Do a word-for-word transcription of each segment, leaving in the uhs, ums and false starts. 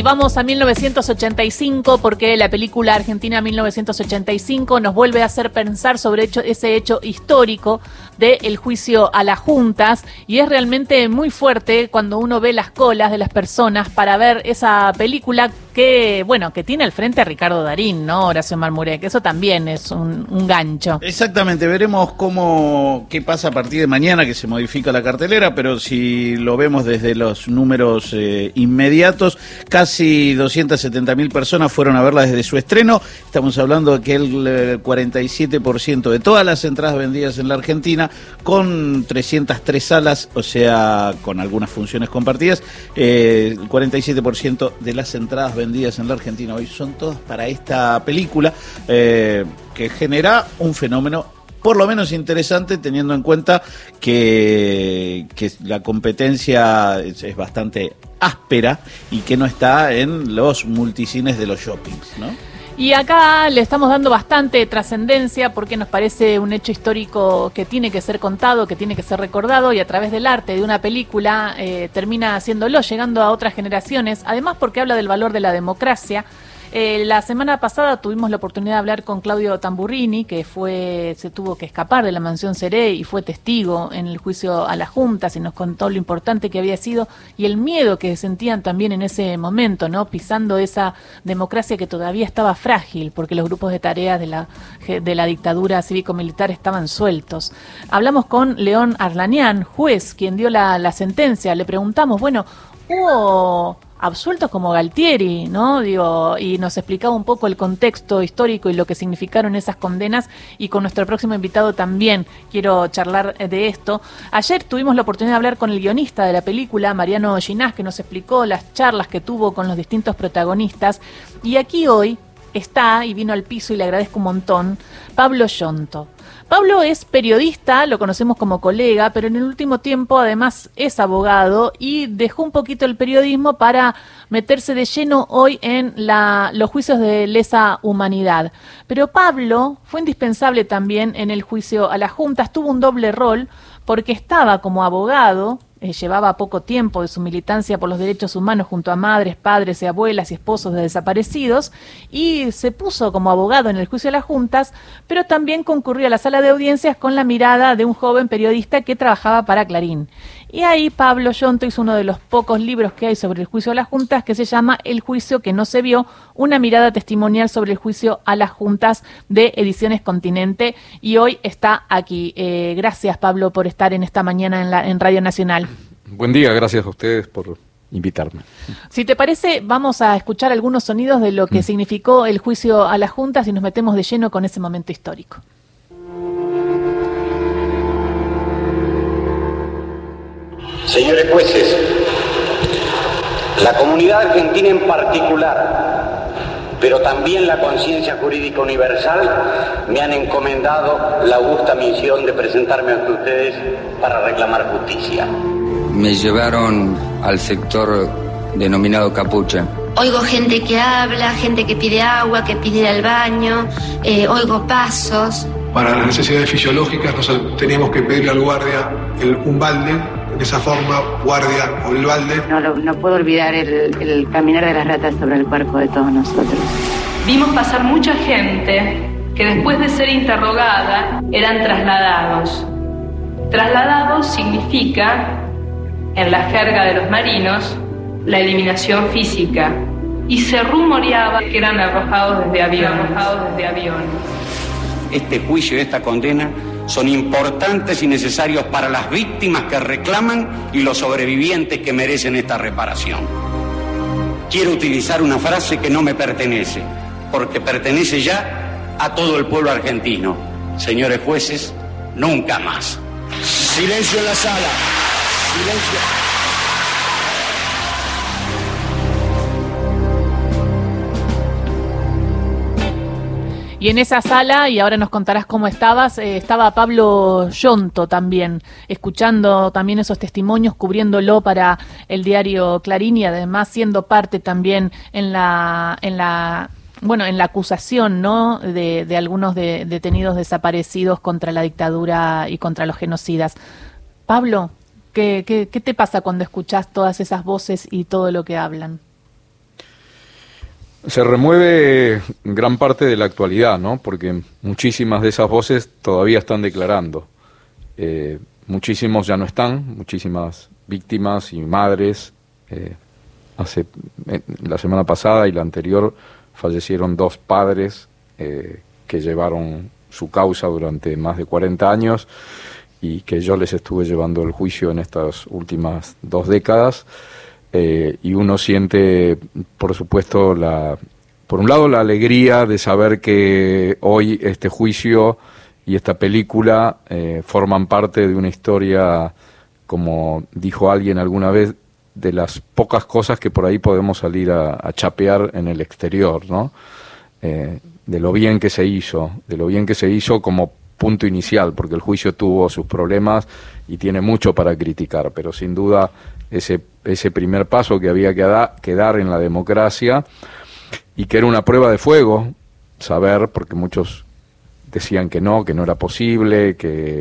Y vamos a mil novecientos ochenta y cinco porque la película Argentina mil novecientos ochenta y cinco nos vuelve a hacer pensar sobre hecho, ese hecho histórico del juicio a las juntas, y es realmente muy fuerte cuando uno ve las colas de las personas para ver esa película que, bueno, que tiene al frente a Ricardo Darín, ¿no? Horacio Marmurek, que eso también es un, un gancho. Exactamente, veremos cómo, qué pasa a partir de mañana que se modifica la cartelera, pero si lo vemos desde los números eh, inmediatos, casi doscientas setenta mil personas fueron a verla desde su estreno. Estamos hablando de que el eh, cuarenta y siete por ciento de todas las entradas vendidas en la Argentina, con trescientas tres salas, o sea, con algunas funciones compartidas, eh, el cuarenta y siete por ciento de las entradas vendidas en la Argentina hoy son todas para esta película, eh, que genera un fenómeno por lo menos interesante, teniendo en cuenta que, que la competencia es, es bastante áspera y que no está en los multicines de los shoppings, ¿no? Y acá le estamos dando bastante trascendencia porque nos parece un hecho histórico que tiene que ser contado, que tiene que ser recordado, y a través del arte de una película eh, termina haciéndolo, llegando a otras generaciones, además porque habla del valor de la democracia. Eh, la semana pasada tuvimos la oportunidad de hablar con Claudio Tamburrini, que fue se tuvo que escapar de la mansión Seré y fue testigo en el juicio a las juntas, y nos contó lo importante que había sido y el miedo que sentían también en ese momento, ¿no? Pisando esa democracia que todavía estaba frágil, porque los grupos de tareas de la, de la dictadura cívico-militar estaban sueltos. Hablamos con León Arlanián, juez, quien dio la, la sentencia. Le preguntamos, bueno, hubo absueltos como Galtieri, ¿no? Digo, y nos explicaba un poco el contexto histórico y lo que significaron esas condenas, y con nuestro próximo invitado también quiero charlar de esto. Ayer tuvimos la oportunidad de hablar con el guionista de la película, Mariano Ginás, que nos explicó las charlas que tuvo con los distintos protagonistas, y aquí hoy está, y vino al piso y le agradezco un montón, Pablo Yonto. Pablo es periodista, lo conocemos como colega, pero en el último tiempo además es abogado y dejó un poquito el periodismo para meterse de lleno hoy en la, los juicios de lesa humanidad. Pero Pablo fue indispensable también en el juicio a las juntas, tuvo un doble rol porque estaba como abogado. Eh, llevaba poco tiempo de su militancia por los derechos humanos junto a madres, padres y abuelas y esposos de desaparecidos, y se puso como abogado en el juicio de las juntas, pero también concurrió a la sala de audiencias con la mirada de un joven periodista que trabajaba para Clarín. Y ahí Pablo Yonto hizo uno de los pocos libros que hay sobre el juicio a las juntas, que se llama El juicio que no se vio, una mirada testimonial sobre el juicio a las juntas, de Ediciones Continente, y hoy está aquí. Eh, gracias, Pablo, por estar en esta mañana en, la, en Radio Nacional. Buen día, gracias a ustedes por invitarme. Si te parece, vamos a escuchar algunos sonidos de lo que mm. significó el juicio a las juntas y nos metemos de lleno con ese momento histórico. Señores jueces, la comunidad argentina en particular, pero también la conciencia jurídica universal, me han encomendado la augusta misión de presentarme ante ustedes para reclamar justicia. Me llevaron al sector denominado Capucha. Oigo gente que habla, gente que pide agua, que pide ir al baño, eh, oigo pasos. Para las necesidades fisiológicas nosotros teníamos que pedirle al guardia el, un balde. De esa forma, guardia o el balde. No, lo, no puedo olvidar el, el caminar de las ratas sobre el cuerpo de todos nosotros. Vimos pasar mucha gente que después de ser interrogada eran trasladados. Trasladados significa, en la jerga de los marinos, la eliminación física. Y se rumoreaba que eran arrojados desde aviones. Arrojados desde aviones. Este juicio y esta condena son importantes y necesarios para las víctimas que reclaman y los sobrevivientes que merecen esta reparación. Quiero utilizar una frase que no me pertenece, porque pertenece ya a todo el pueblo argentino. Señores jueces, nunca más. Silencio en la sala. Silencio. Y en esa sala, y ahora nos contarás cómo estabas, eh, estaba Pablo Yonto también, escuchando también esos testimonios, cubriéndolo para el diario Clarín, y además siendo parte también en la en la bueno en la acusación, ¿no?, de, de algunos de, detenidos desaparecidos contra la dictadura y contra los genocidas. Pablo, ¿qué, qué, qué te pasa cuando escuchás todas esas voces y todo lo que hablan? Se remueve gran parte de la actualidad, ¿no? Porque muchísimas de esas voces todavía están declarando. Eh, muchísimos ya no están, muchísimas víctimas y madres. Eh, hace eh, la semana pasada y la anterior fallecieron dos padres eh, que llevaron su causa durante más de cuarenta años y que yo les estuve llevando el juicio en estas últimas dos décadas. Eh, y uno siente, por supuesto, la, por un lado la alegría de saber que hoy este juicio y esta película eh, forman parte de una historia, como dijo alguien alguna vez, de las pocas cosas que por ahí podemos salir a, a chapear en el exterior, ¿no? Eh, de lo bien que se hizo, de lo bien que se hizo como punto inicial, porque el juicio tuvo sus problemas y tiene mucho para criticar, pero sin duda ese, ese primer paso que había que, da, que dar en la democracia y que era una prueba de fuego, saber, porque muchos decían que no, que no era posible,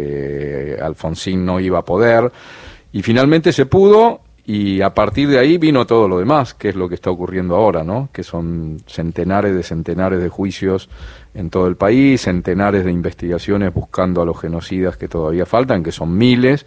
que Alfonsín no iba a poder, y finalmente se pudo. Y a partir de ahí vino todo lo demás, que es lo que está ocurriendo ahora, ¿no? Que son centenares de centenares de juicios en todo el país, centenares de investigaciones buscando a los genocidas que todavía faltan, que son miles,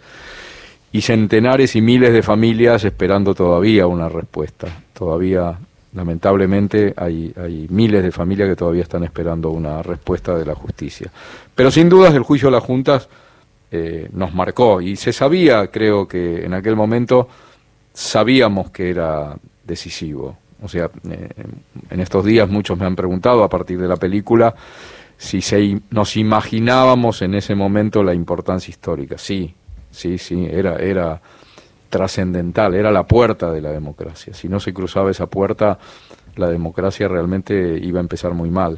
y centenares y miles de familias esperando todavía una respuesta. Todavía, lamentablemente, hay, hay miles de familias que todavía están esperando una respuesta de la justicia. Pero sin dudas el juicio de las juntas eh, nos marcó, y se sabía, creo que en aquel momento sabíamos que era decisivo. O sea, eh, en estos días muchos me han preguntado a partir de la película si se, nos imaginábamos en ese momento la importancia histórica. Sí, sí, sí, era, era trascendental, era la puerta de la democracia. Si no se cruzaba esa puerta, la democracia realmente iba a empezar muy mal.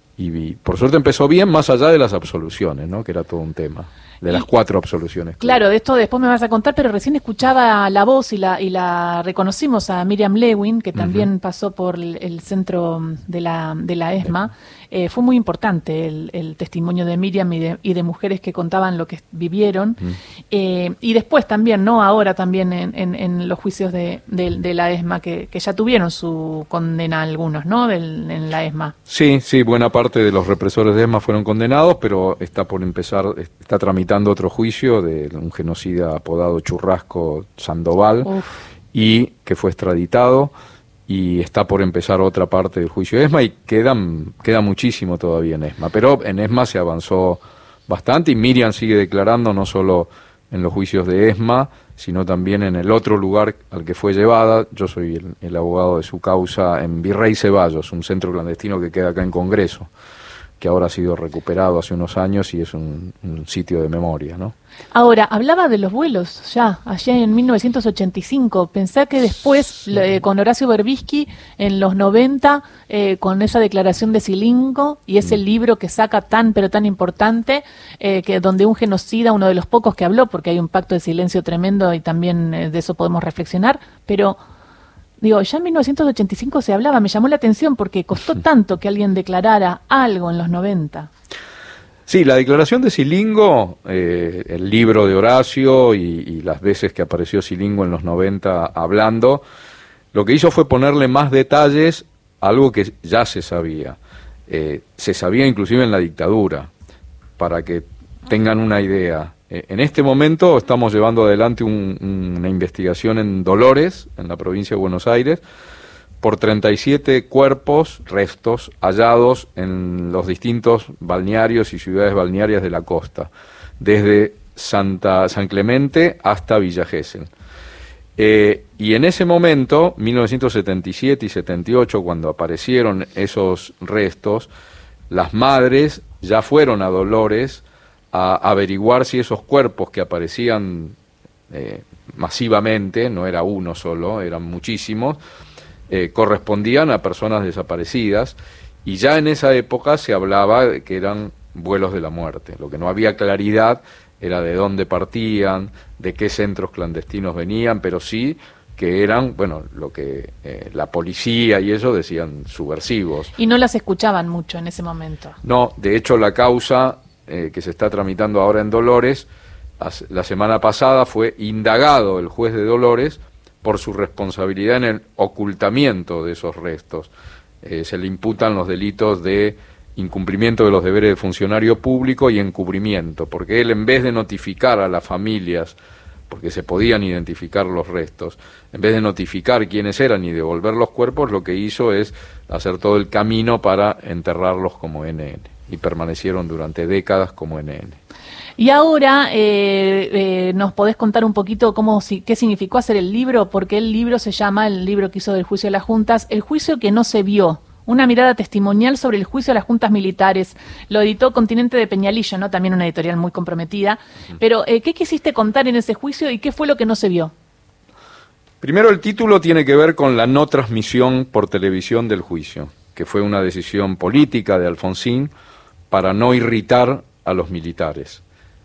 Y por suerte empezó bien, más allá de las absoluciones, ¿no? Que era todo un tema. De las cuatro absoluciones. Claro, de esto después me vas a contar, pero recién escuchaba la voz y la y la reconocimos a Miriam Lewin, que también uh-huh. pasó por el, el centro de la de la ESMA. Eh, fue muy importante el, el testimonio de Miriam y de, y de mujeres que contaban lo que vivieron. Uh-huh. Eh, y después también, ¿no? Ahora también en, en, en los juicios de, de, de la ESMA, que, que ya tuvieron su condena algunos, ¿no? Del, en la ESMA. Sí, sí, buena parte de los represores de ESMA fueron condenados, pero está por empezar, está tramitando otro juicio de un genocida apodado Churrasco Sandoval. Uf. Y que fue extraditado, y está por empezar otra parte del juicio de ESMA, y quedan, queda muchísimo todavía en ESMA, pero en ESMA se avanzó bastante, y Miriam sigue declarando no solo en los juicios de ESMA, sino también en el otro lugar al que fue llevada. Yo soy el, el abogado de su causa en Virrey Ceballos, un centro clandestino que queda acá en Congreso, que ahora ha sido recuperado hace unos años y es un, un sitio de memoria, ¿no? Ahora, hablaba de los vuelos ya, allá en mil novecientos ochenta y cinco. Pensé que después, eh, con Horacio Berbisky, en los noventa, eh, con esa declaración de Silingo y ese mm. libro que saca tan, pero tan importante, eh, que donde un genocida, uno de los pocos que habló, porque hay un pacto de silencio tremendo y también eh, de eso podemos reflexionar, pero... Digo, ya en mil novecientos ochenta y cinco se hablaba, me llamó la atención porque costó tanto que alguien declarara algo en los noventa. Sí, la declaración de Silingo, eh, el libro de Horacio y, y las veces que apareció Silingo en los noventa hablando, lo que hizo fue ponerle más detalles a algo que ya se sabía. Eh, se sabía inclusive en la dictadura, para que tengan una idea. En este momento estamos llevando adelante un, una investigación en Dolores, en la provincia de Buenos Aires, por treinta y siete cuerpos, restos, hallados en los distintos balnearios y ciudades balnearias de la costa, desde Santa, San Clemente hasta Villa Gesell. Eh, y en ese momento, mil novecientos setenta y siete y setenta y ocho, cuando aparecieron esos restos, las madres ya fueron a Dolores a averiguar si esos cuerpos que aparecían eh, masivamente, no era uno solo, eran muchísimos, eh, correspondían a personas desaparecidas, y ya en esa época se hablaba de que eran vuelos de la muerte. Lo que no había claridad era de dónde partían, de qué centros clandestinos venían, pero sí que eran, bueno, lo que eh, la policía y eso decían subversivos. Y no las escuchaban mucho en ese momento. No, de hecho la causa Eh, que se está tramitando ahora en Dolores, la semana pasada fue indagado el juez de Dolores por su responsabilidad en el ocultamiento de esos restos. Eh, se le imputan los delitos de incumplimiento de los deberes de funcionario público y encubrimiento, porque él, en vez de notificar a las familias, porque se podían identificar los restos, en vez de notificar quiénes eran y devolver los cuerpos, lo que hizo es hacer todo el camino para enterrarlos como N N, y permanecieron durante décadas como N N. Y ahora, eh, eh, ¿nos podés contar un poquito cómo, si, qué significó hacer el libro? Porque el libro se llama, el libro que hizo del juicio de las juntas, El juicio que no se vio. Una mirada testimonial sobre el juicio de las juntas militares. Lo editó Continente de Peñalillo, ¿no? También una editorial muy comprometida. Pero, eh, ¿qué quisiste contar en ese juicio y qué fue lo que no se vio? Primero, el título tiene que ver con la no transmisión por televisión del juicio, que fue una decisión política de Alfonsín para no irritar a los militares.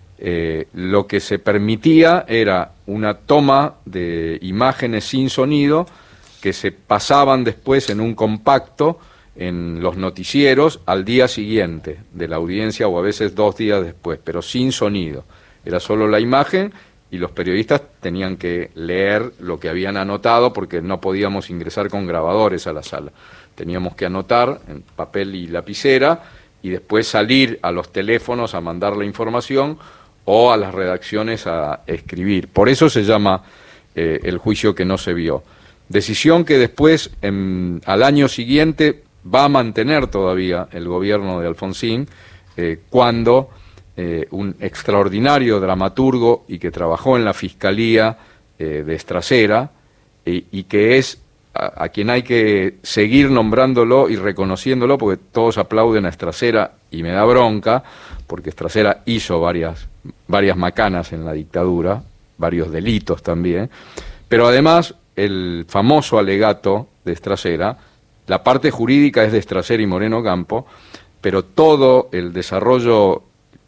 Eh, lo que se permitía era una toma de imágenes sin sonido que se pasaban después en un compacto en los noticieros al día siguiente de la audiencia, o a veces dos días después, pero sin sonido. Era solo la imagen y los periodistas tenían que leer lo que habían anotado, porque no podíamos ingresar con grabadores a la sala. Teníamos que anotar en papel y lapicera y después salir a los teléfonos a mandar la información o a las redacciones a escribir. Por eso se llama eh, el juicio que no se vio. Decisión que después, en, al año siguiente, va a mantener todavía el gobierno de Alfonsín, eh, cuando eh, un extraordinario dramaturgo y que trabajó en la Fiscalía eh, de Estrasera, y, y que es a, a quien hay que seguir nombrándolo y reconociéndolo, porque todos aplauden a Estrasera y me da bronca, porque Estrasera hizo varias, varias macanas en la dictadura, varios delitos también, pero además el famoso alegato de Estrasera, la parte jurídica es de Estrasera y Moreno Campo, pero todo el desarrollo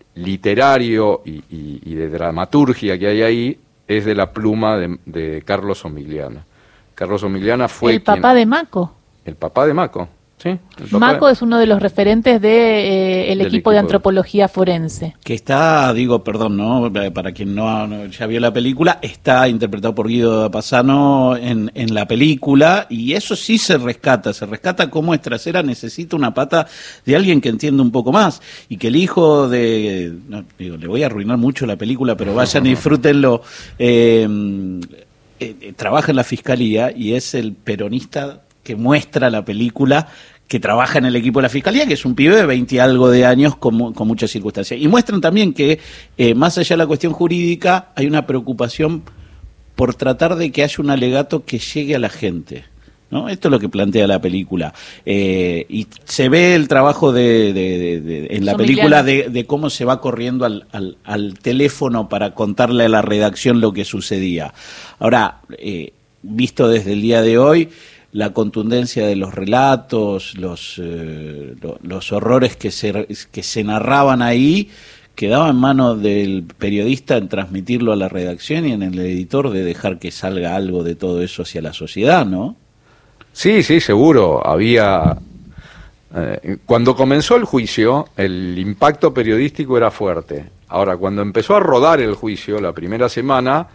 literario y, y, y de dramaturgia que hay ahí es de la pluma de, de Carlos Omigliana. Carlos Omigliana fue el papá quien, de Maco. El papá de Maco, sí. El papá Maco de... es uno de los referentes de, eh, el del equipo de antropología forense. Que está, digo, perdón, ¿no? Para quien no, no ya vio la película, está interpretado por Guido Pasano en, en la película, y eso sí se rescata, se rescata cómo Estrasera necesita una pata de alguien que entienda un poco más, y que el hijo de, no, digo, le voy a arruinar mucho la película, pero vayan y disfrútenlo, eh, eh, trabaja en la Fiscalía y es el peronista que muestra la película, que trabaja en el equipo de la Fiscalía, que es un pibe de veinte y algo de años con, con muchas circunstancias. Y muestran también que, eh, más allá de la cuestión jurídica, hay una preocupación por tratar de que haya un alegato que llegue a la gente, ¿no? Esto es lo que plantea la película. Eh, y se ve el trabajo de, de, de, de en la Son película de, de cómo se va corriendo al, al, al teléfono para contarle a la redacción lo que sucedía. Ahora, eh, visto desde el día de hoy, la contundencia de los relatos, los, eh, lo, los horrores que se, que se narraban ahí, quedaba en manos del periodista en transmitirlo a la redacción y en el editor de dejar que salga algo de todo eso hacia la sociedad, ¿no? Sí, sí, seguro. Había... Eh, cuando comenzó el juicio, el impacto periodístico era fuerte. Ahora, cuando empezó a rodar el juicio, la primera semana,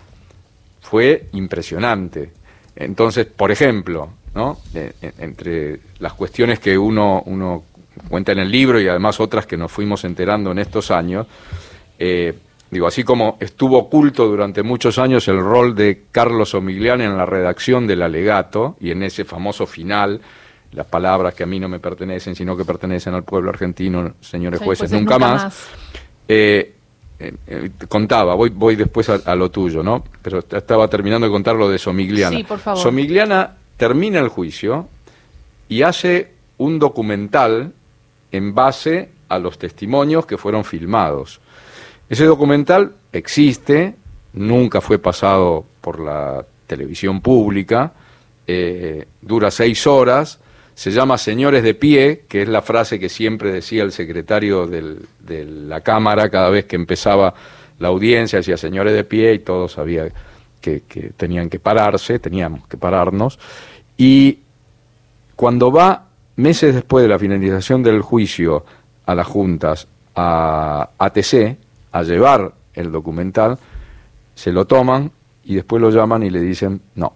fue impresionante. Entonces, por ejemplo, ¿no? Eh, entre las cuestiones que uno, uno cuenta en el libro y además otras que nos fuimos enterando en estos años, eh, digo, así como estuvo oculto durante muchos años el rol de Carlos Omigliana en la redacción del alegato y en ese famoso final, las palabras que a mí no me pertenecen, sino que pertenecen al pueblo argentino, señores Sí, jueces, pues nunca, nunca más, más. Eh, eh, eh, contaba, voy, voy después a, a lo tuyo, ¿no? Pero estaba terminando de contar lo de Somigliana. Sí, por favor. Somigliana termina el juicio y hace un documental en base a los testimonios que fueron filmados. Ese documental existe, nunca fue pasado por la televisión pública, eh, dura seis horas, se llama Señores de Pie, que es la frase que siempre decía el secretario del, de la Cámara cada vez que empezaba la audiencia, decía Señores de Pie, y todos sabían que, que tenían que pararse, teníamos que pararnos, y cuando va meses después de la finalización del juicio a las juntas, a A T C, a llevar el documental, se lo toman y después lo llaman y le dicen, no,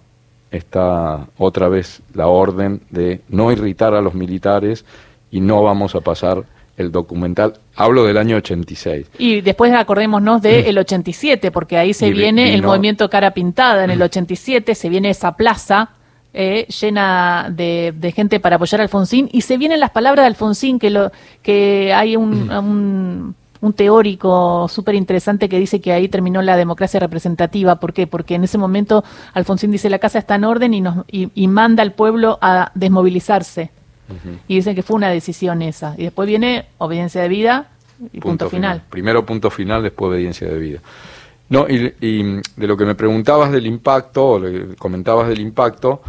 está otra vez la orden de no irritar a los militares y no vamos a pasar el documental. Hablo del año ochenta y seis. Y después acordémonos del de ochenta y siete, porque ahí se y viene vino... el movimiento Cara Pintada. En el ochenta y siete se viene esa plaza eh, llena de, de gente para apoyar a Alfonsín, y se vienen las palabras de Alfonsín, que, lo, que hay un... un un teórico súper interesante que dice que ahí terminó la democracia representativa. ¿Por qué? Porque en ese momento Alfonsín dice la casa está en orden y, nos, y, y manda al pueblo a desmovilizarse. Uh-huh. Y dicen que fue una decisión esa. Y después viene obediencia de vida y punto, punto final. final. Primero punto final, después obediencia de vida. No, y, y de lo que me preguntabas del impacto, o lo que comentabas del impacto,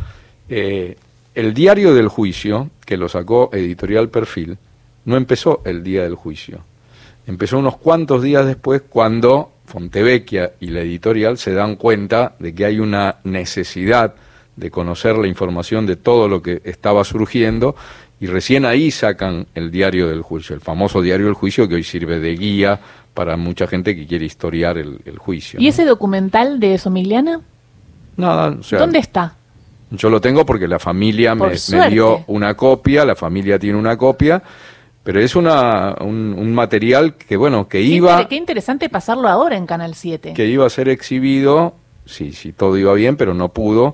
eh, el diario del juicio, que lo sacó Editorial Perfil, no empezó el día del juicio. Empezó unos cuantos días después, cuando Fontevecchia y la editorial se dan cuenta de que hay una necesidad de conocer la información de todo lo que estaba surgiendo, y recién ahí sacan el diario del juicio, el famoso diario del juicio que hoy sirve de guía para mucha gente que quiere historiar el, el juicio. ¿Y ¿no? ese documental de Somigliana? Nada, o sea, ¿dónde está? Yo lo tengo porque la familia me, me dio una copia, la familia tiene una copia. Pero es una, un, un material que, bueno, que iba... Qué, inter- qué interesante pasarlo ahora en Canal siete. Que iba a ser exhibido, sí, sí, todo iba bien, pero no pudo.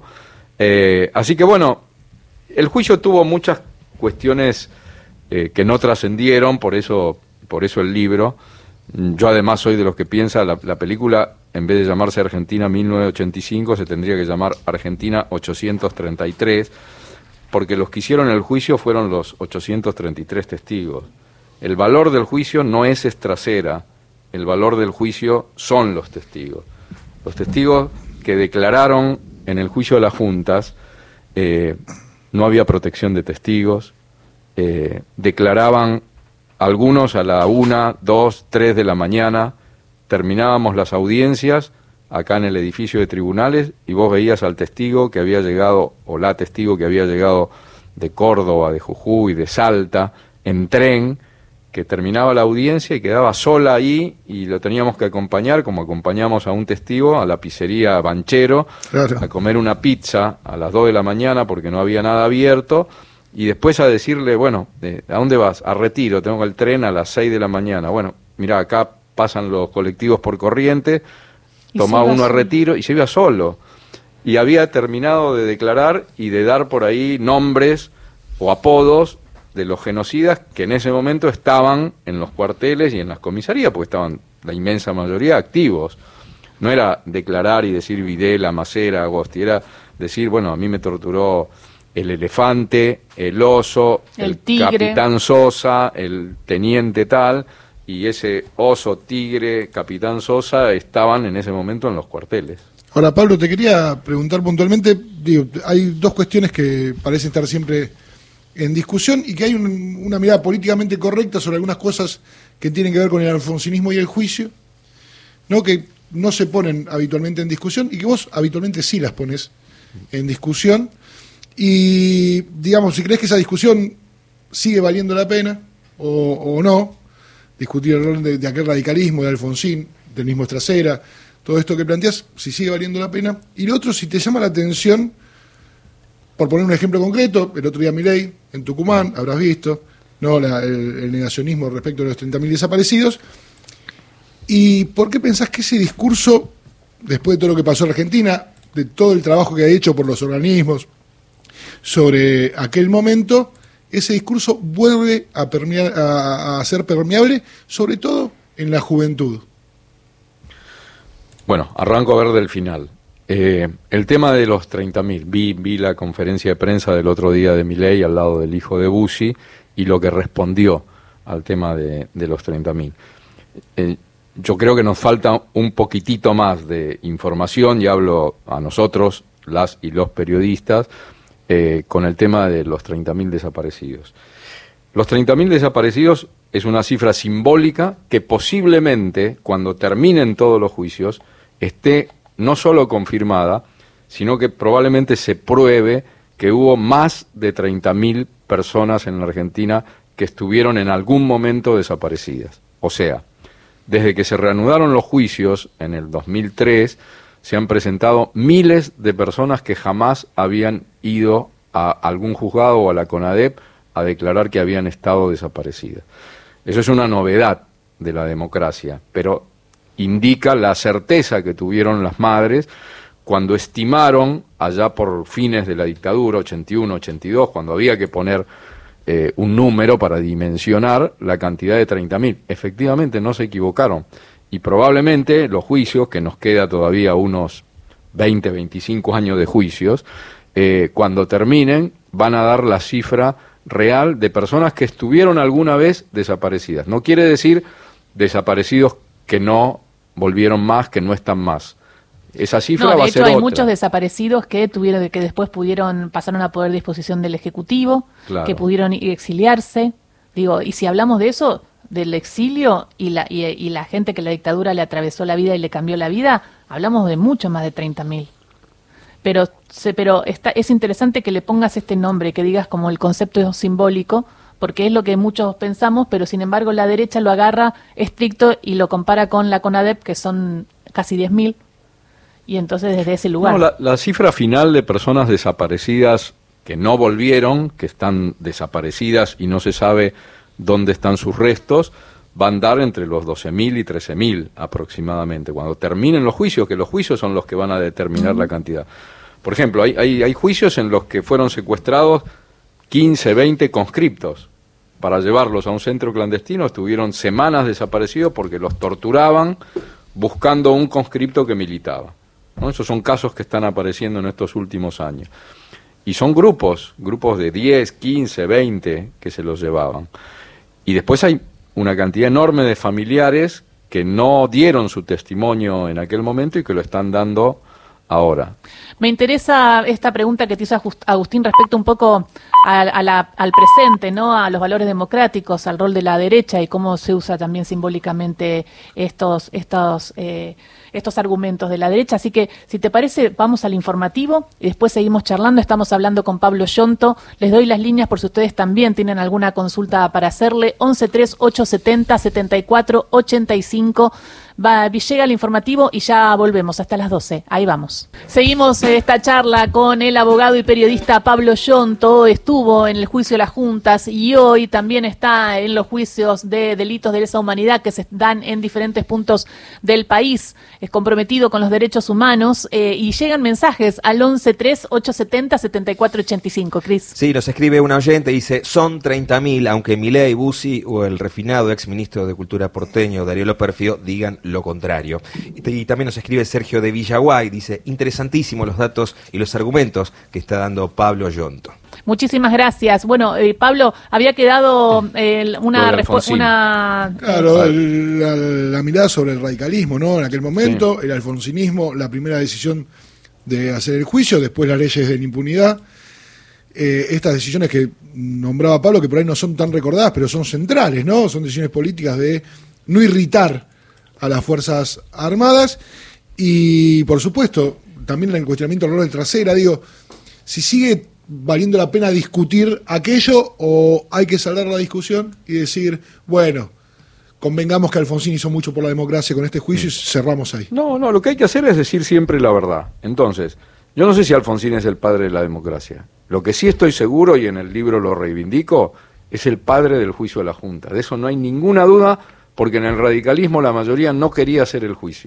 Eh, así que, bueno, el juicio tuvo muchas cuestiones eh, que no trascendieron, por eso, por eso el libro. Yo además soy de los que piensa, la, la película, en vez de llamarse Argentina mil novecientos ochenta y cinco, se tendría que llamar Argentina ochocientos treinta y tres, porque los que hicieron el juicio fueron los ochocientos treinta y tres testigos. El valor del juicio no es Estracera, el valor del juicio son los testigos. Los testigos que declararon en el juicio de las juntas, eh, no había protección de testigos, eh, declaraban algunos a la una, dos, tres de la mañana, terminábamos las audiencias acá en el edificio de tribunales, y vos veías al testigo que había llegado, o la testigo que había llegado de Córdoba, de Jujuy, de Salta, en tren, que terminaba la audiencia y quedaba sola ahí, y lo teníamos que acompañar, como acompañamos a un testigo, a la pizzería Banchero, claro, a comer una pizza a las dos de la mañana porque no había nada abierto, y después a decirle, bueno, ¿a dónde vas? A Retiro, tengo el tren a las seis de la mañana. Bueno, mirá, acá pasan los colectivos por Corrientes, tomaba uno a Retiro y se iba solo. Y había terminado de declarar y de dar por ahí nombres o apodos de los genocidas que en ese momento estaban en los cuarteles y en las comisarías, porque estaban la inmensa mayoría activos. No era declarar y decir Videla, Macera, Agosti, era decir, bueno, a mí me torturó el elefante, el oso, el, el tigre, capitán Sosa, el teniente tal, y ese oso, tigre, capitán Sosa estaban en ese momento en los cuarteles. Ahora, Pablo, te quería preguntar puntualmente, digo, hay dos cuestiones que parecen estar siempre en discusión y que hay un, una mirada políticamente correcta sobre algunas cosas que tienen que ver con el alfonsinismo y el juicio, ¿no? Que no se ponen habitualmente en discusión y que vos habitualmente sí las pones en discusión. Y, digamos, si crees que esa discusión sigue valiendo la pena o, o no, discutir el rol de, de aquel radicalismo de Alfonsín, del mismo Estracera, todo esto que planteas, si sigue valiendo la pena. Y lo otro, si te llama la atención, por poner un ejemplo concreto, el otro día Milei, en Tucumán, habrás visto, ¿no? La, el, el negacionismo respecto a los treinta mil desaparecidos. ¿Y por qué pensás que ese discurso, después de todo lo que pasó en Argentina, de todo el trabajo que ha hecho por los organismos sobre aquel momento, ese discurso vuelve a, permear, a, a ser permeable, sobre todo en la juventud? Bueno, arranco a ver del final. Eh, el tema de los treinta mil, vi, vi la conferencia de prensa del otro día de Milei al lado del hijo de Bussi y lo que respondió al tema de, de los treinta mil. Eh, yo creo que nos falta un poquitito más de información, y hablo a nosotros, las y los periodistas, eh, con el tema de los treinta mil desaparecidos. Los treinta mil desaparecidos es una cifra simbólica que posiblemente, cuando terminen todos los juicios, esté no solo confirmada, sino que probablemente se pruebe que hubo más de treinta mil personas en la Argentina que estuvieron en algún momento desaparecidas. O sea, desde que se reanudaron los juicios en el dos mil tres, se han presentado miles de personas que jamás habían ido a algún juzgado o a la CONADEP a declarar que habían estado desaparecidas. Eso es una novedad de la democracia, pero indica la certeza que tuvieron las madres cuando estimaron, allá por fines de la dictadura, ochenta y uno, ochenta y dos, cuando había que poner eh, un número para dimensionar la cantidad de treinta mil. Efectivamente no se equivocaron. Y probablemente los juicios, que nos queda todavía unos veinte, veinticinco años de juicios, eh, cuando terminen van a dar la cifra real de personas que estuvieron alguna vez desaparecidas. No quiere decir desaparecidos que no volvieron más, que no están más. Esa cifra no, va a ser otra. De hecho, hay otra. muchos desaparecidos que tuvieron, que después pudieron, pasaron a poder disposición del Ejecutivo, Claro. que pudieron ir exiliarse. Digo, y si hablamos de eso, del exilio y la, y, y la gente que la dictadura le atravesó la vida y le cambió la vida, hablamos de mucho más de treinta mil. Pero, se, pero está, es interesante que le pongas este nombre, que digas como el concepto simbólico, porque es lo que muchos pensamos, pero sin embargo la derecha lo agarra estricto y lo compara con la CONADEP, que son casi diez mil, y entonces desde ese lugar. No, la, la cifra final de personas desaparecidas que no volvieron, que están desaparecidas y no se sabe dónde están sus restos, va a andar entre los doce mil y trece mil aproximadamente, cuando terminen los juicios, que los juicios son los que van a determinar uh-huh. la cantidad. Por ejemplo, hay, hay, hay juicios en los que fueron secuestrados quince, veinte conscriptos para llevarlos a un centro clandestino, estuvieron semanas desaparecidos porque los torturaban buscando un conscripto que militaba, ¿no? Esos son casos que están apareciendo en estos últimos años. Y son grupos, grupos de diez, quince, veinte que se los llevaban. Y después hay una cantidad enorme de familiares que no dieron su testimonio en aquel momento y que lo están dando ahora. Me interesa esta pregunta que te hizo Agustín respecto un poco a, a la, al presente, ¿no? A los valores democráticos, al rol de la derecha y cómo se usa también simbólicamente estos, estos, eh, estos argumentos de la derecha. Así que, si te parece, vamos al informativo y después seguimos charlando. Estamos hablando con Pablo Yonto. Les doy las líneas por si ustedes también tienen alguna consulta para hacerle. once tres ocho setenta setenta y cuatro ochenta y cinco. Va, llega el informativo y ya volvemos hasta las doce. Ahí vamos. Seguimos eh, esta charla con el abogado y periodista Pablo Yonto. Estuvo en el juicio de las juntas y hoy también está en los juicios de delitos de lesa humanidad que se dan en diferentes puntos del país. Es comprometido con los derechos humanos eh, y llegan mensajes al once tres ocho setenta setenta y cuatro ochenta y cinco. Cris. Sí, nos escribe una oyente, dice, son treinta mil, aunque Milei, Bussi o el refinado exministro de Cultura porteño Darío Lopérfido digan lo contrario. Y también nos escribe Sergio de Villaguay, dice, interesantísimos los datos y los argumentos que está dando Pablo Yonto. Muchísimas gracias. Bueno, eh, Pablo, había quedado eh, una respuesta, una claro, el, la, la mirada sobre el radicalismo, ¿no? En aquel momento, sí. El alfonsinismo, la primera decisión de hacer el juicio, después las leyes de la impunidad. Eh, estas decisiones que nombraba Pablo, que por ahí no son tan recordadas, pero son centrales, ¿no? Son decisiones políticas de no irritar a las Fuerzas Armadas y, por supuesto, también el cuestionamiento del rol de trasera. Digo, si sigue valiendo la pena discutir aquello o hay que saldar la discusión y decir, bueno, convengamos que Alfonsín hizo mucho por la democracia con este juicio y cerramos ahí. No, no, lo que hay que hacer es decir siempre la verdad. Entonces, yo no sé si Alfonsín es el padre de la democracia. Lo que sí estoy seguro, y en el libro lo reivindico, es el padre del juicio de la Junta. De eso no hay ninguna duda, porque en el radicalismo la mayoría no quería hacer el juicio.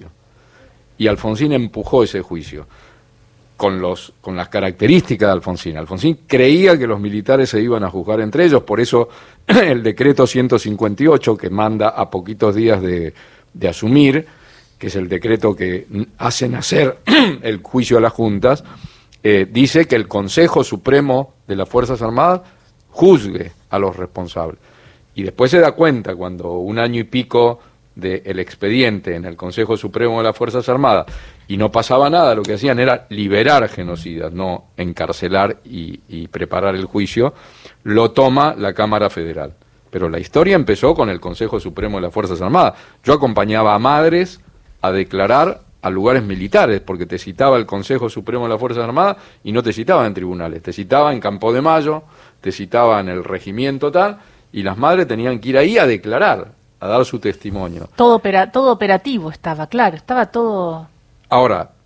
Y Alfonsín empujó ese juicio, con, los, con las características de Alfonsín. Alfonsín creía que los militares se iban a juzgar entre ellos, por eso el decreto ciento cincuenta y ocho, que manda a poquitos días de, de asumir, que es el decreto que hace nacer el juicio a las juntas, eh, dice que el Consejo Supremo de las Fuerzas Armadas juzgue a los responsables. Y después se da cuenta, cuando un año y pico del expediente en el Consejo Supremo de las Fuerzas Armadas y no pasaba nada, lo que hacían era liberar genocidas, no encarcelar y, y preparar el juicio, lo toma la Cámara Federal. Pero la historia empezó con el Consejo Supremo de las Fuerzas Armadas. Yo acompañaba a madres a declarar a lugares militares, porque te citaba el Consejo Supremo de las Fuerzas Armadas y no te citaba en tribunales, te citaba en Campo de Mayo, te citaba en el regimiento tal, y las madres tenían que ir ahí a declarar, a dar su testimonio. Todo, opera, todo operativo estaba, claro, estaba todo... Ahora,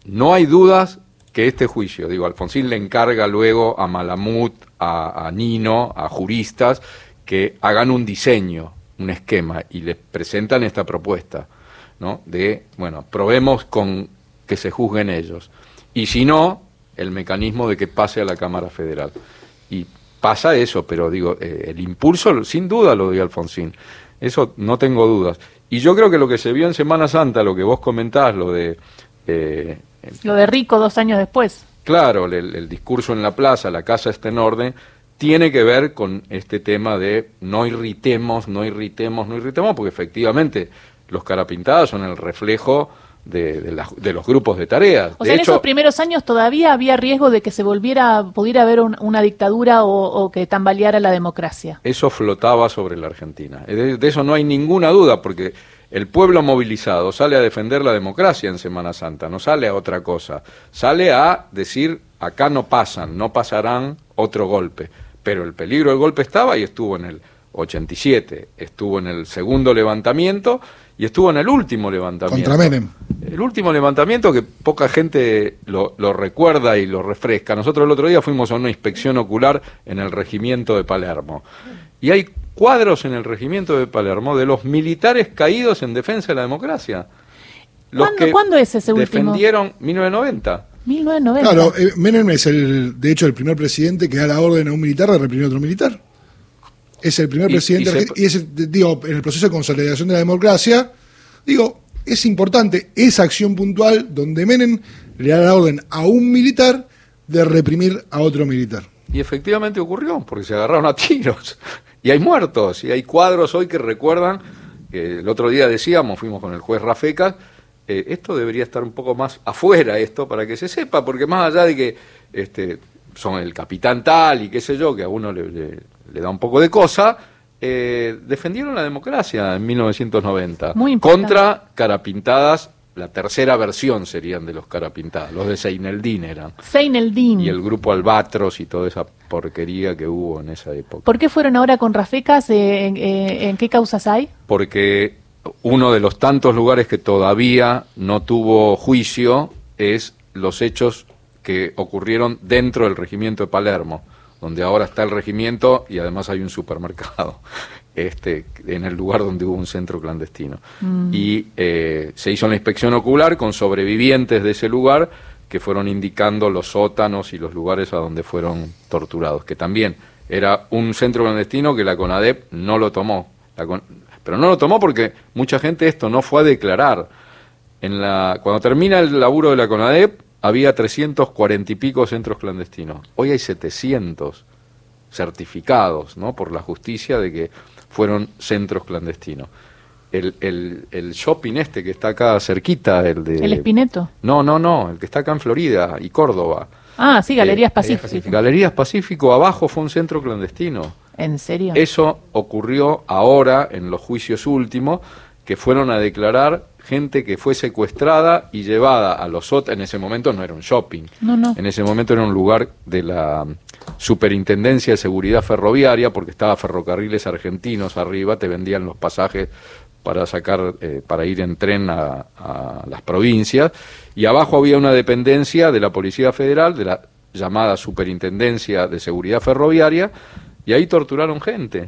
no hay dudas que este juicio, digo, Alfonsín le encarga luego a Malamud, a, a Nino, a juristas, que hagan un diseño, un esquema, y les presentan esta propuesta, ¿no? De, bueno, probemos con que se juzguen ellos. Y si no, el mecanismo de que pase a la Cámara Federal. Y pasa eso, pero digo, eh, el impulso, sin duda lo dio Alfonsín. Eso no tengo dudas. Y yo creo que lo que se vio en Semana Santa, lo que vos comentás, lo de... Eh, lo de Rico dos años después. Claro, el, el discurso en la plaza, la casa está en orden, tiene que ver con este tema de no irritemos, no irritemos, no irritemos, porque efectivamente los carapintadas son el reflejo de, de, la, de los grupos de tareas. O de sea, hecho, en esos primeros años todavía había riesgo de que se volviera, pudiera haber un, una dictadura o, o que tambaleara la democracia. Eso flotaba sobre la Argentina. De, de eso no hay ninguna duda, porque el pueblo movilizado sale a defender la democracia en Semana Santa, no sale a otra cosa. Sale a decir, acá no pasan, no pasarán otro golpe. Pero el peligro del golpe estaba y estuvo en el ochenta y siete, estuvo en el segundo levantamiento y estuvo en el último levantamiento. Contra Menem. El último levantamiento que poca gente lo, lo recuerda y lo refresca. Nosotros el otro día fuimos a una inspección ocular en el regimiento de Palermo. Y hay cuadros en el regimiento de Palermo de los militares caídos en defensa de la democracia. Los ¿Cuándo, que ¿cuándo es ese último? defendieron mil novecientos noventa. mil novecientos noventa. Claro, eh, Menem es el, de hecho, el primer presidente que da la orden a un militar de reprimir a otro militar. Es el primer Y- presidente, y se- argentino, y es, digo, en el proceso de consolidación de la democracia, digo, es importante esa acción puntual donde Menem le da la orden a un militar de reprimir a otro militar. Y efectivamente ocurrió, porque se agarraron a tiros. Y hay muertos, y hay cuadros hoy que recuerdan, que el otro día decíamos, fuimos con el juez Rafecas, eh, esto debería estar un poco más afuera, esto, para que se sepa, porque más allá de que este, son el capitán tal y qué sé yo, que a uno le, le- le da un poco de cosa, eh, defendieron la democracia en mil novecientos noventa. Muy importante. Contra carapintadas, la tercera versión serían de los carapintadas, los de Seineldín eran. Seineldín. Y el grupo Albatros y toda esa porquería que hubo en esa época. ¿Por qué fueron ahora con Rafecas? Eh, en, eh, ¿En qué causas hay? Porque uno de los tantos lugares que todavía no tuvo juicio es los hechos que ocurrieron dentro del regimiento de Palermo, donde ahora está el regimiento y además hay un supermercado, este, en el lugar donde hubo un centro clandestino. Mm. Y eh, se hizo la inspección ocular con sobrevivientes de ese lugar que fueron indicando los sótanos y los lugares a donde fueron torturados, que también era un centro clandestino que la CONADEP no lo tomó. La con- pero no lo tomó porque mucha gente esto no fue a declarar. En la, cuando termina el laburo de la CONADEP, había trescientos cuarenta y pico centros clandestinos. Hoy hay setecientos certificados, ¿no?, por la justicia de que fueron centros clandestinos. El, el, el shopping este que está acá cerquita, el de... ¿El Espineto? No, no, no, el que está acá en Florida y Córdoba. Ah, sí, Galerías Eh, Pacífico. Galerías Pacífico, abajo fue un centro clandestino. ¿En serio? Eso ocurrió ahora en los juicios últimos, que fueron a declarar gente que fue secuestrada y llevada a los sótanos. En ese momento no era un shopping. No, no. En ese momento era un lugar de la Superintendencia de Seguridad Ferroviaria, porque estaba Ferrocarriles Argentinos arriba, te vendían los pasajes para sacar, eh, para ir en tren a, a las provincias, y abajo había una dependencia de la Policía Federal, de la llamada Superintendencia de Seguridad Ferroviaria, y ahí torturaron gente.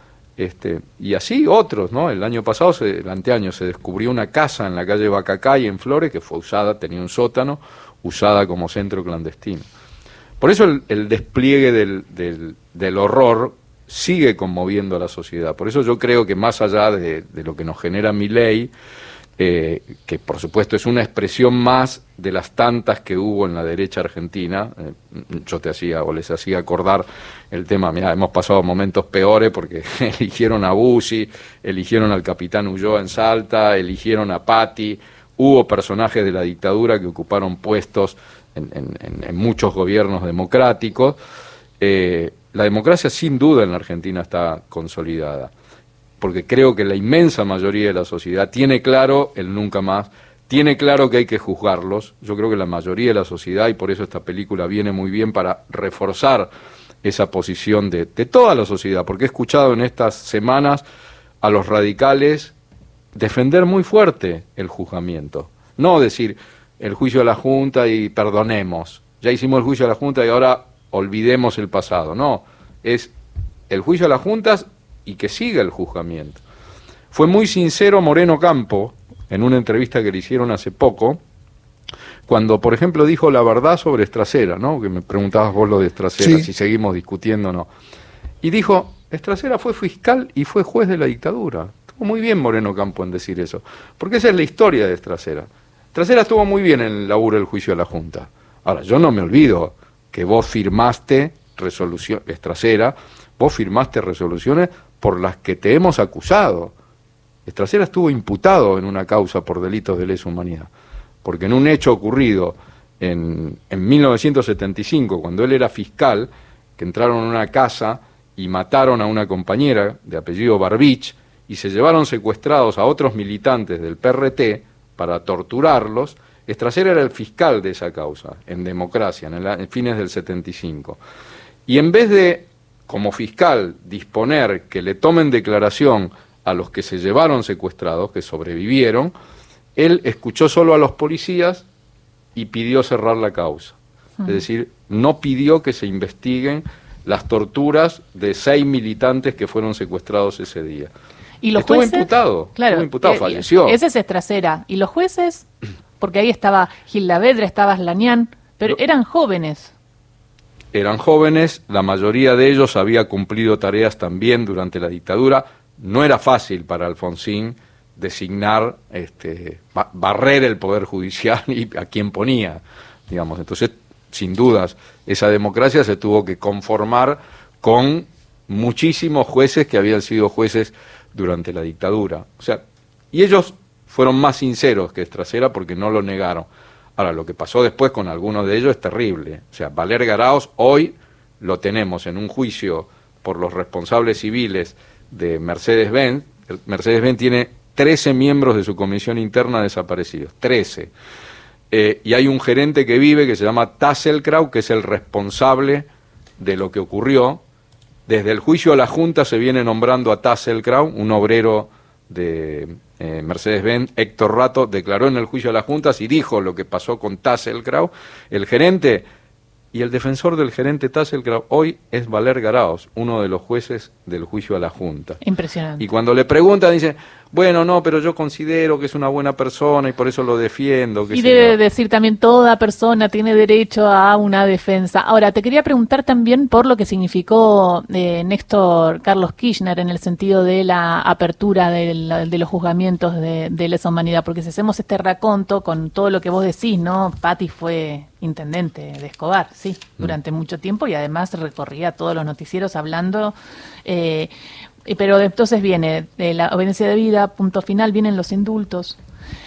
Este, y así otros, ¿no? El año pasado, se, el anteaño, se descubrió una casa en la calle Bacacay, en Flores, que fue usada, tenía un sótano, usada como centro clandestino. Por eso el, el despliegue del, del, del horror sigue conmoviendo a la sociedad. Por eso yo creo que más allá de, de lo que nos genera Milei, eh, que por supuesto es una expresión más de las tantas que hubo en la derecha argentina, eh, yo te hacía o les hacía acordar el tema, mira, hemos pasado momentos peores porque eligieron a Bussi, eligieron al capitán Ulloa en Salta, eligieron a Patti, hubo personajes de la dictadura que ocuparon puestos en, en, en muchos gobiernos democráticos. Eh, la democracia sin duda en la Argentina está consolidada, porque creo que la inmensa mayoría de la sociedad tiene claro el nunca más, tiene claro que hay que juzgarlos. Yo creo que la mayoría de la sociedad, y por eso esta película viene muy bien para reforzar esa posición de, de toda la sociedad, porque he escuchado en estas semanas a los radicales defender muy fuerte el juzgamiento. No decir, el juicio de la Junta y perdonemos. Ya hicimos el juicio de la Junta y ahora olvidemos el pasado. No, es el juicio de las juntas y que siga el juzgamiento. Fue muy sincero Moreno Campo, en una entrevista que le hicieron hace poco, cuando, por ejemplo, dijo la verdad sobre Estracera, ¿no? Que me preguntabas vos lo de Estracera, sí. Si seguimos discutiendo o no. Y dijo, Estracera fue fiscal y fue juez de la dictadura. Estuvo muy bien Moreno Campo en decir eso, porque esa es la historia de Estracera. Estracera estuvo muy bien en el laburo del juicio de la Junta. Ahora, yo no me olvido que vos firmaste resolución, Estracera, vos firmaste resoluciones por las que te hemos acusado. Estracera estuvo imputado en una causa por delitos de lesa humanidad, porque en un hecho ocurrido en, en mil novecientos setenta y cinco, cuando él era fiscal, que entraron a una casa y mataron a una compañera de apellido Barbich y se llevaron secuestrados a otros militantes del P R T para torturarlos. Estracera era el fiscal de esa causa, en democracia, en, el, en fines del setenta y cinco. Y en vez de, como fiscal, disponer que le tomen declaración a los que se llevaron secuestrados, que sobrevivieron, él escuchó solo a los policías y pidió cerrar la causa. Uh-huh. Es decir, no pidió que se investiguen las torturas de seis militantes que fueron secuestrados ese día. ¿Y los estuvo jueces? imputado, Claro, estuvo imputado, eh, falleció. Ese es Estracera. ¿Y los jueces? Porque ahí estaba Gil Lavedra, estaba Slanian, pero eran jóvenes. Eran jóvenes, la mayoría de ellos había cumplido tareas también durante la dictadura. No era fácil para Alfonsín designar, este, barrer el Poder Judicial y a quién ponía, digamos. Entonces, sin dudas, esa democracia se tuvo que conformar con muchísimos jueces que habían sido jueces durante la dictadura. O sea, y ellos fueron más sinceros que Estracera porque no lo negaron. Ahora, lo que pasó después con algunos de ellos es terrible. O sea, Valer Garaos hoy lo tenemos en un juicio por los responsables civiles de Mercedes-Benz. Mercedes-Benz tiene trece miembros de su comisión interna desaparecidos, trece. Eh, y hay un gerente que vive que se llama Tasselkraut, que es el responsable de lo que ocurrió. Desde el juicio a la Junta se viene nombrando a Tasselkraut, un obrero de eh, Mercedes-Benz. Héctor Rato declaró en el juicio a las juntas y dijo lo que pasó con Tasselkraut, el gerente, y el defensor del gerente Tasselkraut hoy es Valer Garaos, uno de los jueces del juicio a la Junta. Impresionante. Y cuando le preguntan dice, bueno, no, pero yo considero que es una buena persona y por eso lo defiendo. Y debe yo. decir también, toda persona tiene derecho a una defensa. Ahora, te quería preguntar también por lo que significó eh, Néstor Carlos Kirchner en el sentido de la apertura de, la, de los juzgamientos de, de lesa humanidad, porque si hacemos este raconto con todo lo que vos decís, ¿no? Patti fue intendente de Escobar, sí, durante mm. mucho tiempo y además recorría todos los noticieros hablando... Eh, Pero entonces viene de la obediencia de vida, punto final, vienen los indultos.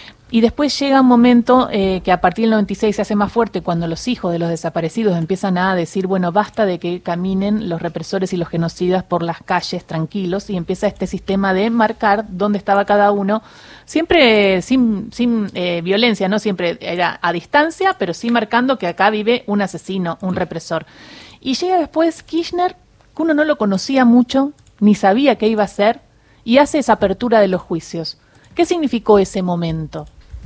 Y después llega un momento eh, que a partir del noventa y seis se hace más fuerte cuando los hijos de los desaparecidos empiezan a decir, bueno, basta de que caminen los represores y los genocidas por las calles tranquilos, y empieza este sistema de marcar dónde estaba cada uno, siempre sin, sin eh, violencia, no siempre era a distancia, pero sí marcando que acá vive un asesino, un represor. Y llega después Kirchner, que uno no lo conocía mucho, ni sabía qué iba a hacer, y hace esa apertura de los juicios. ¿Qué significó ese momento?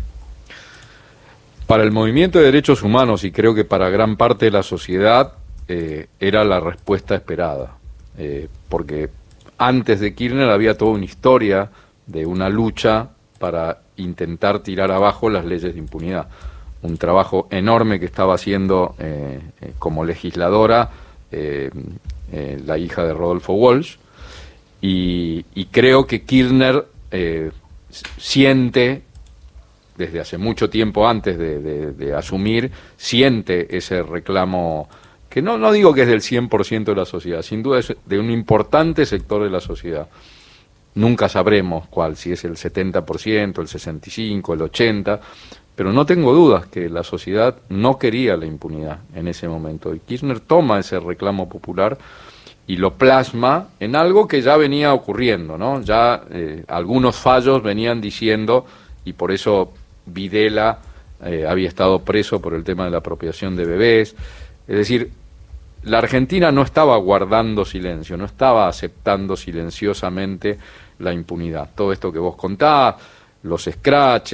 Para el movimiento de derechos humanos, y creo que para gran parte de la sociedad, eh, era la respuesta esperada. Eh, porque antes de Kirchner había toda una historia de una lucha para intentar tirar abajo las leyes de impunidad. Un trabajo enorme que estaba haciendo eh, eh, como legisladora eh, eh, la hija de Rodolfo Walsh. Y, y creo que Kirchner eh, siente, desde hace mucho tiempo antes de, de, de asumir, siente ese reclamo, que no, no digo que es del cien por ciento de la sociedad, sin duda es de un importante sector de la sociedad. Nunca sabremos cuál, si es el setenta por ciento, el sesenta y cinco por ciento, el ochenta por ciento, pero no tengo dudas que la sociedad no quería la impunidad en ese momento. Y Kirchner toma ese reclamo popular y lo plasma en algo que ya venía ocurriendo, ¿no? Ya eh, algunos fallos venían diciendo, y por eso Videla eh, había estado preso por el tema de la apropiación de bebés. Es decir, la Argentina no estaba guardando silencio, no estaba aceptando silenciosamente la impunidad. Todo esto que vos contabas, los escraches,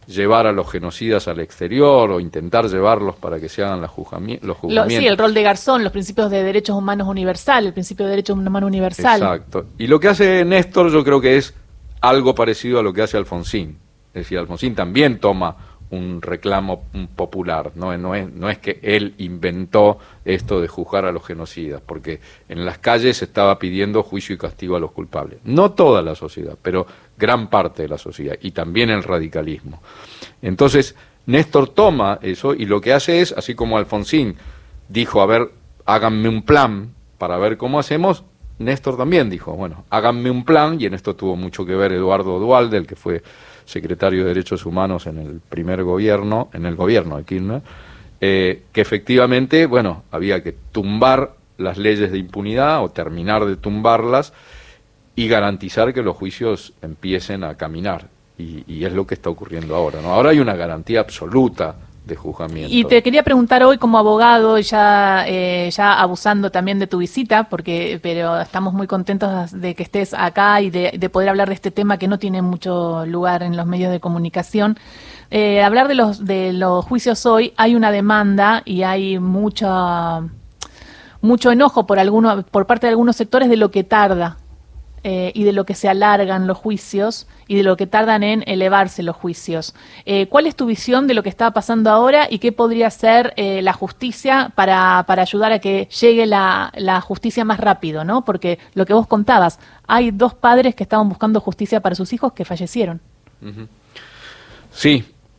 llevar a los genocidas al exterior o intentar llevarlos para que se hagan los juzgamientos. Lo, sí, el rol de Garzón, los principios de derechos humanos universal, el principio de derechos humanos universal. Exacto. Y lo que hace Néstor yo creo que es algo parecido a lo que hace Alfonsín. Es decir, Alfonsín también toma un reclamo popular, ¿no? No es, no es que él inventó esto de juzgar a los genocidas, porque en las calles se estaba pidiendo juicio y castigo a los culpables. No toda la sociedad, pero gran parte de la sociedad, y también el radicalismo. Entonces, Néstor toma eso y lo que hace es, así como Alfonsín dijo, a ver, háganme un plan para ver cómo hacemos, Néstor también dijo, bueno, háganme un plan, y en esto tuvo mucho que ver Eduardo Duhalde, el que fue secretario de Derechos Humanos en el primer gobierno, en el gobierno de Kirchner, eh, que efectivamente, bueno, había que tumbar las leyes de impunidad o terminar de tumbarlas y garantizar que los juicios empiecen a caminar. Y, y es lo que está ocurriendo ahora, ¿no? Ahora hay una garantía absoluta de juzgamiento. Y te quería preguntar hoy como abogado, ya eh, ya abusando también de tu visita, porque pero estamos muy contentos de que estés acá y de, de poder hablar de este tema que no tiene mucho lugar en los medios de comunicación. Eh, hablar de los de los juicios hoy, hay una demanda y hay mucha mucho enojo por alguno, por parte de algunos sectores de lo que tarda. Eh, y de lo que se alargan los juicios y de lo que tardan en elevarse los juicios. Eh, ¿Cuál es tu visión de lo que está pasando ahora y qué podría hacer eh, la justicia para, para ayudar a que llegue la, la justicia más rápido, ¿no? Porque lo que vos contabas, hay dos padres que estaban buscando justicia para sus hijos que fallecieron. Uh-huh. Sí,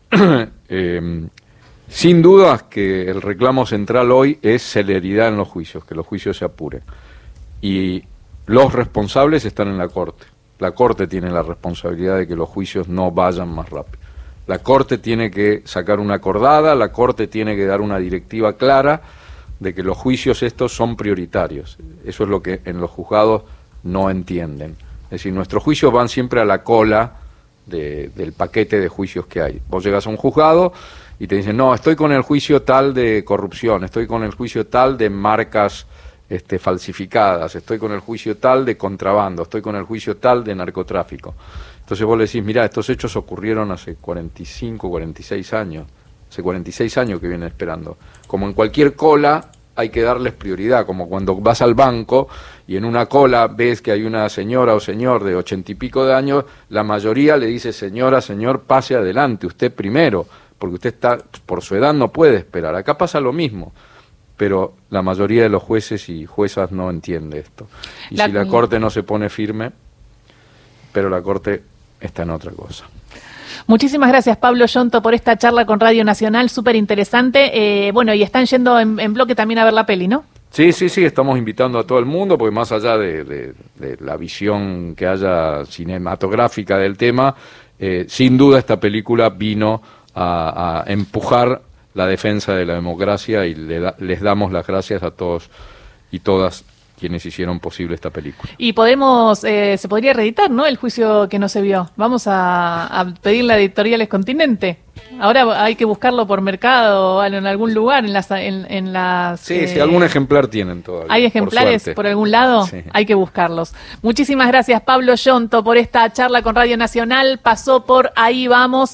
eh, sin duda que el reclamo central hoy es celeridad en los juicios, que los juicios se apuren. Y los responsables están en la Corte. La Corte tiene la responsabilidad de que los juicios no vayan más rápido. La Corte tiene que sacar una acordada, la Corte tiene que dar una directiva clara de que los juicios estos son prioritarios. Eso es lo que en los juzgados no entienden. Es decir, nuestros juicios van siempre a la cola de, del paquete de juicios que hay. Vos llegas a un juzgado y te dicen, no, estoy con el juicio tal de corrupción, estoy con el juicio tal de marcas Este, falsificadas, estoy con el juicio tal de contrabando, estoy con el juicio tal de narcotráfico. Entonces vos le decís, mirá, estos hechos ocurrieron hace cuarenta y cinco, cuarenta y seis años, hace cuarenta y seis años que vienen esperando. Como en cualquier cola hay que darles prioridad, como cuando vas al banco y en una cola ves que hay una señora o señor de ochenta y pico de años, la mayoría le dice, señora, señor, pase adelante, usted primero, porque usted está, por su edad no puede esperar. Acá pasa lo mismo. Pero la mayoría de los jueces y juezas no entiende esto. Y la, si la Corte no se pone firme, pero la Corte está en otra cosa. Muchísimas gracias, Pablo Yonto, por esta charla con Radio Nacional, súper interesante. Eh, bueno, y están yendo en, en bloque también a ver la peli, ¿no? Sí, sí, sí, estamos invitando a todo el mundo, porque más allá de, de, de la visión que haya cinematográfica del tema, eh, sin duda esta película vino a, a empujar la defensa de la democracia y le da, les damos las gracias a todos y todas quienes hicieron posible esta película. Y podemos, eh, se podría reeditar, ¿no?, el juicio que no se vio. Vamos a, a pedir la Editoriales Continente. Ahora hay que buscarlo por mercado o en algún lugar, en las... En, en las sí, eh, sí, algún ejemplar tienen todavía. ¿Hay ejemplares por, por algún lado? Sí. Hay que buscarlos. Muchísimas gracias, Pablo Yonto, por esta charla con Radio Nacional. Pasó por Ahí Vamos.